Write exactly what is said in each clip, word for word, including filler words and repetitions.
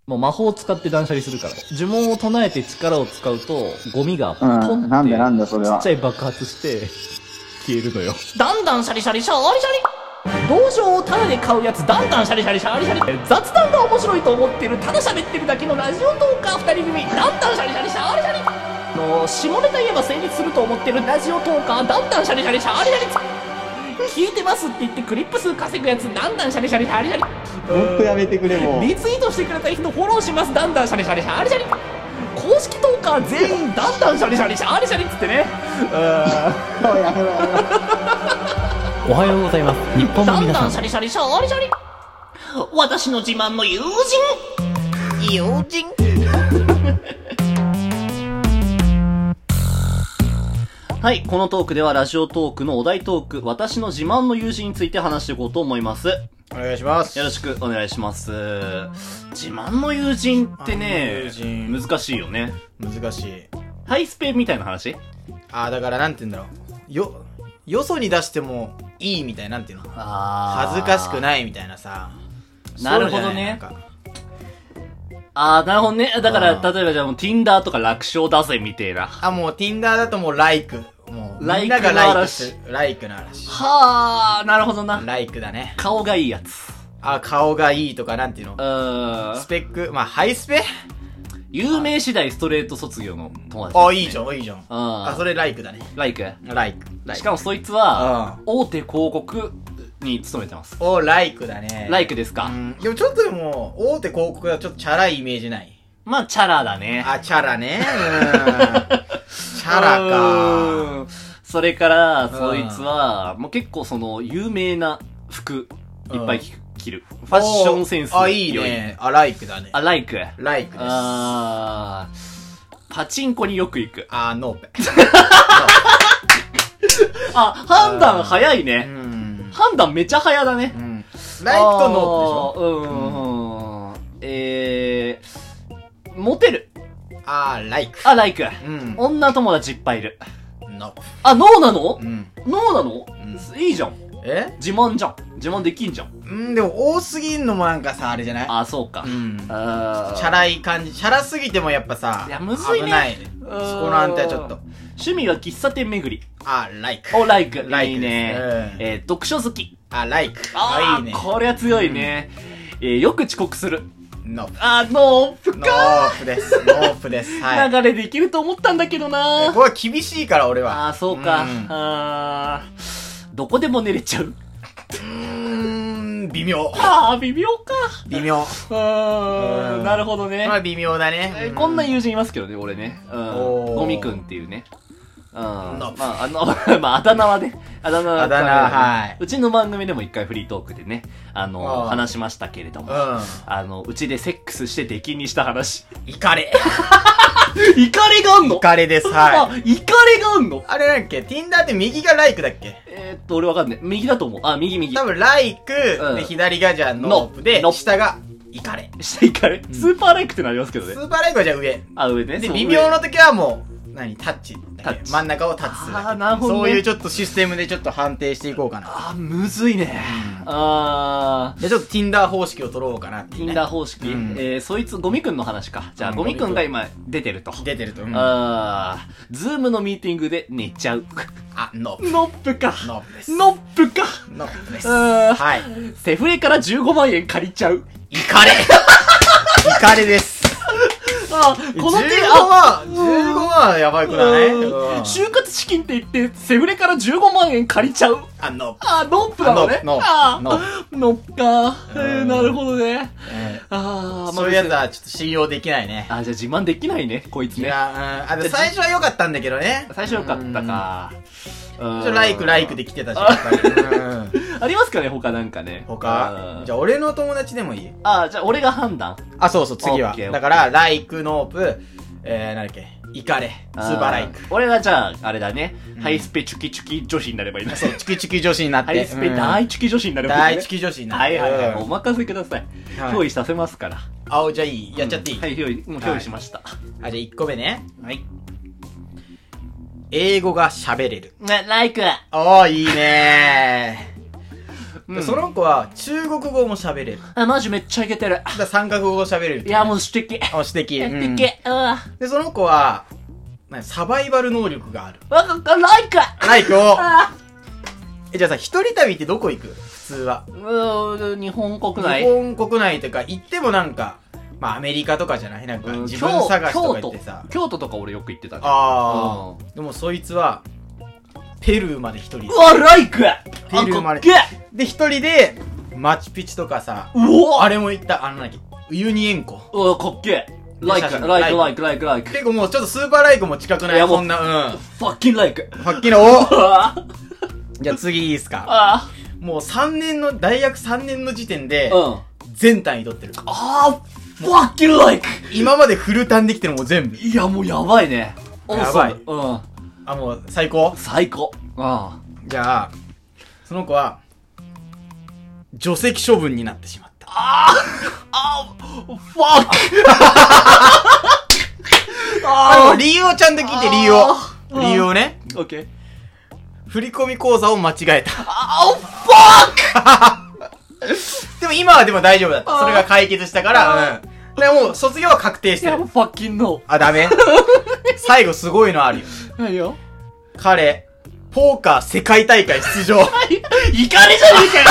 もう魔法を使って断捨離するから。呪文を唱えて力を使うと、ゴミがポンって、 うん、なんでなんだそれは。 ちっちゃい爆発して、消えるのよ。だんだんシャリシャリシャーリシャリ。道場をタダで買うやつ、だんだんシャリシャリシャーリシャリ。雑談が面白いと思ってる、ただ喋ってるだけのラジオトーカー二人組、だんだんシャリシャリシャーリシャリ。の、下ネタ言えば成立すると思ってるラジオトーカー、だんだんシャリシャリシャーリシャリ。聞いてますって言ってクリップ数稼ぐやつ、だんだんシャリシャリシャリシャリ。 ほんとやめてくれもう。 リツイートしてくれた人フォローします、だんだんシャリシャリシャリシャリ。公式トーカー全員だんだんシャリシャリシャリシャリっつってね。 もうやめろやめろ。 おはようございます、日本の皆さん。だんだんシャリシャリシャリシャリ。私の自慢の友人友人はい、このトークではラジオトークのお題トーク、私の自慢の友人について話していこうと思います。 お願いします。 よろしくお願いします。自慢の友人ってね、難しいよね。 難しい。 ハイスペみたいな話？ ああ、だからなんて言うんだろう。よ、よそに出してもいいみたいな、なんていうの？あ恥ずかしくないみたいなさ。 なるほどね。あー、なるほどね。だから、例えばじゃあもう Tinder とか楽勝だぜみたいな。 あ、もう Tinder だともう like。もう、みんながライクする。ライクの嵐。 はー、なるほどな。 ライクだね。 顔がいいやつ。 あ、顔がいいとかなんていうの？うーん。 スペック、まあ、ハイスペ？ 有名次第ストレート卒業の友達、 ね。あ、いいじゃん、いいじゃん。あ、それライクだね。 ライクライク。 しかもそいつは、大手広告に勤めてます。 お、ライクだね。ライクですか。 うん。でもちょっとでも、大手広告はちょっとチャラいイメージない。 まあ、チャラだね。 あ、チャラね。うん。チャラか。 それから、そいつは、もう結構その、有名な服、いっぱい着る。ファッションセンスあ、いいね。あ、ライクだね。 あ、ライク。 ライクです。 あー、パチンコによく行く。 あ、ノーペ。 あ、判断早いね。判断めちゃ早だね。 ライクとノープでしょ？ うん。えー、モテる。 あー、ライク。 あ、ライク。女友達いっぱいいる。 ノー。 あ、ノーなの？ うん。 ノーなの？いいじゃん。 え？ 自慢じゃん。自慢できんじゃん。 うん、でも多すぎんのもなんかさ、あれじゃない？ あ、そうか。うん。あチャラい感じ。チャラすぎてもやっぱさ、 いや、むずいね。 危ないね。そこの安定はちょっと。 趣味は喫茶店巡り。 あ、ライク。 お、ライク。 ライク。 いいね。えー、読書好き。 あ、ライク。 あ、いいね。これは強いね。えー、よく遅刻する。 ノープ。 あ、ノープかノープです。ノープです。はい。 流れできると思ったんだけどな。 これは厳しいから俺は。 あ、そうか。あー、どこでも寝れちゃう。 うーん、微妙。 あー、微妙か。 微妙。 うん、なるほどね。 まあ微妙だね。 こんな友人いますけどね、俺ね。うん。ゴミくんっていうね。うん。まあ、あの、まあ、あだ名はね。あだ名は、 あだ名、はい。 うちの番組でも一回フリートークでね、あの、話しましたけれども。うん。あの、うちでセックスして出禁にした話。 イカレ。 イカレがあんの？ イカレです、はい。 あ、イカレがあんの？ あれなんだっけ？ Tinder って右がライクだっけ？ えーっと、俺わかんない。右だと思う。あ、右右。 多分ライク、で、左がじゃあノープで、下がイカレ。 下イカレ？スーパーライクってなりますけどね。 スーパーライクはじゃあ上。 あ、上ね。 で、微妙の時はもう、何タッチ。タッチ。真ん中をタッチする。 ああ、なるほどね。 そういうちょっとシステムでちょっと判定していこうかな。 ああ、むずいね。ああ。 じゃあちょっと Tinder 方式を取ろうかなっていう、ね。 Tinder 方式、うん、えー、そいつゴミくんの話か。じゃあ、ゴミくんが今出てると。 出てると。 うん、ああ。ズームのミーティングで寝ちゃう。 あ、ノップ。 ノップか。 ノップです。 ノップか。 ノップです。 はい。セフレからじゅうごまんえん借りちゃう。 イカレイカレです。 あ、この手、 じゅうごまん !じゅうごまんやばいくない？ 就活資金って言って、セフレからじゅうごまんえん借りちゃう。 あ、ノップ。 あ、ノップなのね。 ノップ。 あ、ノップか。えー、なるほどね。 ああ、そういうやつはちょっと信用できないね。 あ、じゃあ自慢できないね、こいつね。 いや、うん。あ、で最初は良かったんだけどね。 最初良かったか。 ちょ、ライクライクで来てたし、やっぱり。 ありますかね、他なんかね。 他じゃあ俺の友達でもいい？ あ、じゃあ俺が判断。 あ、そうそう、次は。だから、ライク、ノープ、えー、なんだっけ、イカレ、スーパーライク。 俺はじゃあ、あれだね、ハイスペチュキチュキ女子になればいいんだ。 そう、チュキチュキ女子になって。 ハイスペ大チュキ女子になればいいんだ。 大チュキ女子になって。 はいはいはい、お任せください。憑依させますから。 あ、じゃあいい？やっちゃっていい？ はい、憑依、もう憑依しました。 あ、じゃあいっこめね。 はい。 英語が喋れる。 ね、ライク。 おー、いいねでその子は中国語も喋れる。 あ、マジめっちゃいけてる。 だ三カ国語喋れる、ね。 いや、もう素敵。 あ、素敵。 素敵。うん。 で、その子は、サバイバル能力がある。 わか、ライクライクを。え、じゃあさ、一人旅ってどこ行く普通は。 うー、日本国内。 日本国内とか行ってもなんか、まあアメリカとかじゃないなんか自分探しとか行ってさ。 京都、京都とか俺よく行ってたけど。 ああ。でもそいつは、ペルーまで一人。 うわ、ライクペルーまで。で、一人で、マチュピチュとかさ、 うおあれも行った、あのなんだっけ、ウユニ塩湖。 うわ、かっけえ。ライク、ライク、ライク、ライク、ライク。 結構もうちょっとスーパーライクも近くないそんな、うん。 ファッキンライク。 ファッキンの、おじゃあ次いいですか。 あもうさんねんの、大学さんねんの時点で、 うん。 全単位取ってる。 ああ、ファッキンライク。 今までフル単できてるもう全部。 いや、もうやばいね。 やばい。 うん。 あ、もう最高最高。うん。 じゃあ、その子は、除籍処分になってしまった。 あああファックああ理由をちゃんと聞いて、理由を。理由をね。 オッケー。 振り込み口座を間違えた。 あファックでも今はでも大丈夫だった。それが解決したから、うん。でもう卒業は確定してる。 いや、もうファッキンノー。 あ、ダメ最後すごいのあるよ。 何よ彼、ポーカー世界大会出場。 イカレじゃねえかよ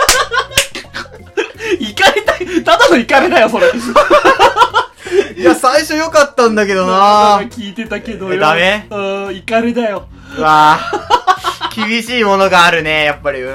イカレたい、ただのイカレだよ、それ。 いや、最初良かったんだけどなぁ。 聞いてたけどよ。ダメうん、イカレだよ。 うわぁ。厳しいものがあるね、やっぱり、うん。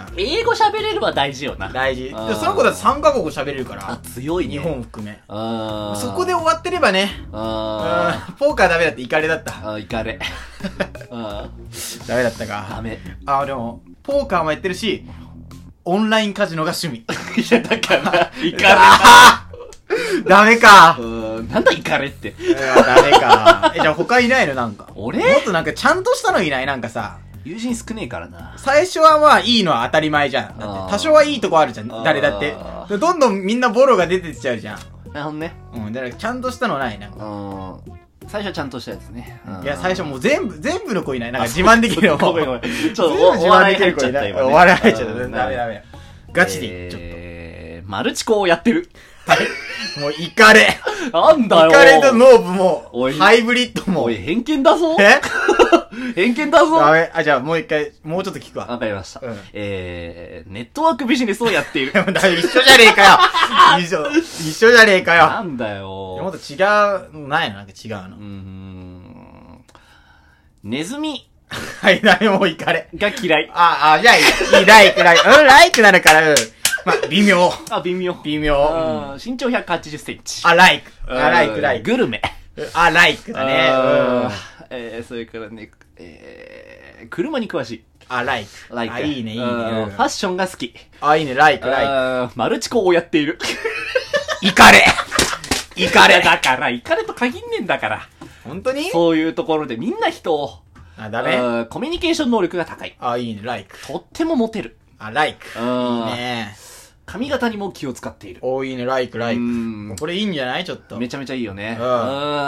英語喋れるは大事よな。 大事。でその子だってさんカ国語喋れるから。 あ、強いね。 日本含め。 あそこで終わってればね。 あうん。ポーカーダメだってイカレだった。 あ、イカレ。あダメだったか。 ダメ。 あ、でも、ポーカーもやってるし、オンラインカジノが趣味。 いや、だから、イカレダメか。 うーん、なんだイカレって。 いや、ダメか。え、じゃあ他いないのなんか。 俺もっとなんかちゃんとしたのいないなんかさ。 友人少ねえからな。 最初はまあいいのは当たり前じゃん。だって多少はいいとこあるじゃん。誰だって。どんどんみんなボロが出てっちゃうじゃん。 なるほどね。 うん。だからちゃんとしたのないなんか。 うん。最初はちゃんとしたやつね。 いや、最初もう全部、全部の子いない。なんか自慢できるの。 ごめんごめん。ちょっと、 自慢できる子いない。お笑い入っちゃった。ダメダメ。ガチでいい。ちょっと。 えー、マルチコをやってる。 もうイカレ。 なんだよ。 イカレとノーブも、ハイブリッドも。 おい、偏見だぞ。 え偏見だぞ。 ダメ。あ、じゃあもう一回、もうちょっと聞くわ。 わかりました。 うん、 えー、ネットワークビジネスをやっている。 一緒じゃねえかよ。一緒、一緒じゃねえかよ。 なんだよ。 もっと違う、ないのなんか違うの。うーん。ネズミ。 はい、ダメもうイカレ。 が嫌い。 あ、あ、じゃあいい。いい、ライク、ライク。うん、ライクなるから、うん。まあ、微妙。 あ、微妙。 微妙。 うん、身長ひゃくはちじゅっセンチ。 あ、ライク。あ、ライク、ライク。 グルメ。 あ、ライクだね。うん。 えー、それからね、えー、車に詳しい。 あ、ライク。 ライク。 あ、いいね、いいね。ファッションが好き。 あ、いいね、ライク、ライク。マルチコをやっている。 イカレイカレだから、イカレと限んねえんだから。 本当にそういうところでみんな人を。 あ、ダメコミュニケーション能力が高い。 あ、いいね、ライク。 とってもモテる。 あ、ライク。いいね。 髪型にも気を使っている。 おー、いいね、ライク、ライク。これいいんじゃないちょっと。 めちゃめちゃいいよね。 うん。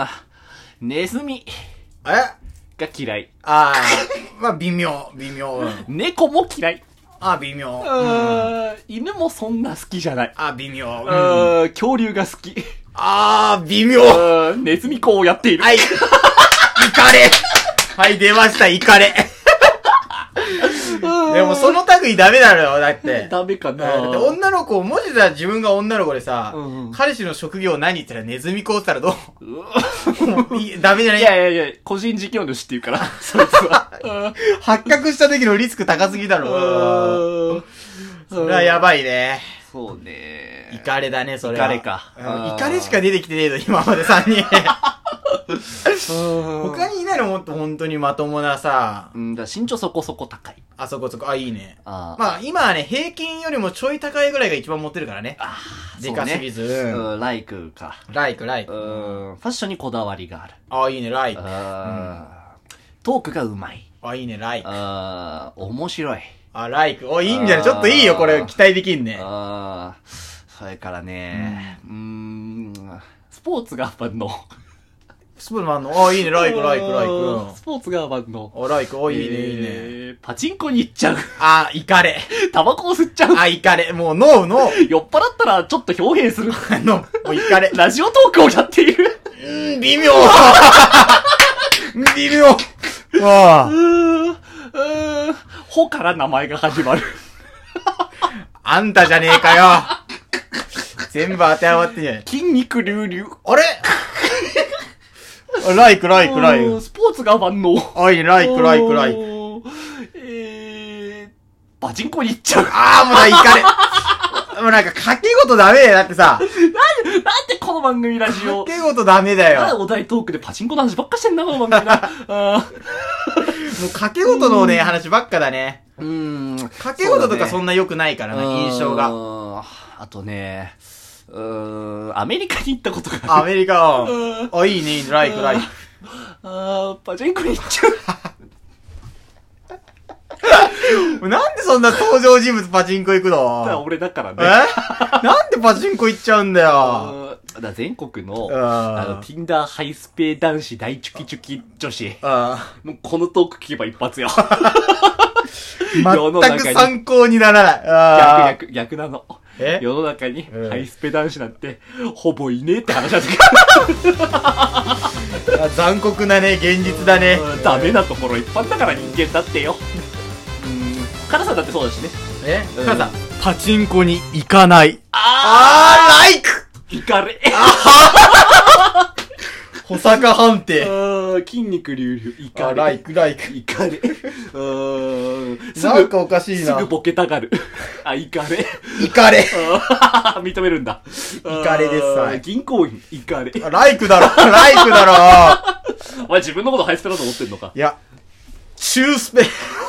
ネズミ。 えが嫌い。 あー、まあ、微妙、微妙。 猫も嫌い。 あ、微妙。 犬もそんな好きじゃない。 あ、微妙。 恐竜が好き。 あー、微妙。 ネズミ子をやっている。 はい。イカレ。はい、出ました、イカレ。でもその類ダメだろよ、だって。 ダメかな。 だって女の子、もしさ、自分が女の子でさ、彼氏の職業何言ったらネズミ子って言ったらどうダメじゃない？ いやいやいや、個人事業主って言うから、そいつは。 発覚した時のリスク高すぎだろ。それはやばいね。 そうね。 イカレだね、それは。 イカレか。 イカレしか出てきてねえぞ、今までさんにん。他にいないのもっと本当にまともなさ。 うんだ、身長そこそこ高い。 あそこそこ、あ、いいね。 あまあ今はね、平均よりもちょい高いぐらいが一番持ってるからね。 ああ、でかすぎず。 うん、ライクか。 ライク、ライク。 うん、ファッションにこだわりがある。 あ、いいね、ライク。 トークがうまい。 あ、いいね、ライク。 あ、面白い。 あ、ライク。お、いいんじゃないちょっといいよ、これ、期待できんね。 ああ、それからね、うん、スポーツが万能。 スポーツマンの、あ、いいね、ライク、ライク、ライク。 スポーツがバンの。 あ、ライク、お、いいね、いいね。 えー、パチンコに行っちゃう。 あ、イカレ。 タバコを吸っちゃう。 あ、イカレ。もう、ノー、ノー。 酔っ払ったらちょっと表現する。 あの、もうイカレ。 ラジオトークをやっている。 うーん、微妙。微妙。ああ。 うーん、うーん、ほから名前が始まる。 あんたじゃねえかよ。全部当てはまってんじゃない。 筋肉隆々。 あれライク、ライク、ライク。 スポーツが万能。 あ、いいね、ライク、ライク、ライク。 えー、パチンコに行っちゃう。 ああ、もうだ、イカレ。もうなんか、掛け事ダメだよ。だってさ。 なんで、なんでこの番組ラジオ。 掛け事ダメだよ。 なんでお題トークでパチンコの話ばっかしてんだ、この番組な。あもう掛け事のね、話ばっかだね。 うーん。 掛け事とかそんな良くないからな、印象が。 あとね、うーん、アメリカに行ったことがアメリカは、あ、いいね、いいね、ライク、ライク。 あー、パチンコに行っちゃう。なんでそんな登場人物パチンコ行くの？ う。俺だからね。 えなんでパチンコ行っちゃうんだよ。 だ全国の、 ああの、Tinder ハイスペ男子大チュキチュキ女子。 あもうこのトーク聞けば一発よ。 全く参考にならない。 逆、逆、逆なの。 え世の中にうんハイスペ男子なんて、ほぼいねえって話だったあ残酷なね、現実だね。 ダメなところ一般だから人間だってよ。うん。カナさんだってそうだしね。 えうん母さん、パチンコに行かない。 ああー、ライクーイカレ。 保坂判定。 あー、筋肉隆々。イカあ、 レ。 ライク、ライク。 イカレ。うーん。すなんかおかしいな。 すぐボケたがる。あ、イカレ。 イカレ。 あー認めるんだ。 イカレですあー銀行員、イカレ。 ライクだろ、ライクだろ。 お前自分のことハイスペだと思ってんのか。 いや、中スペ。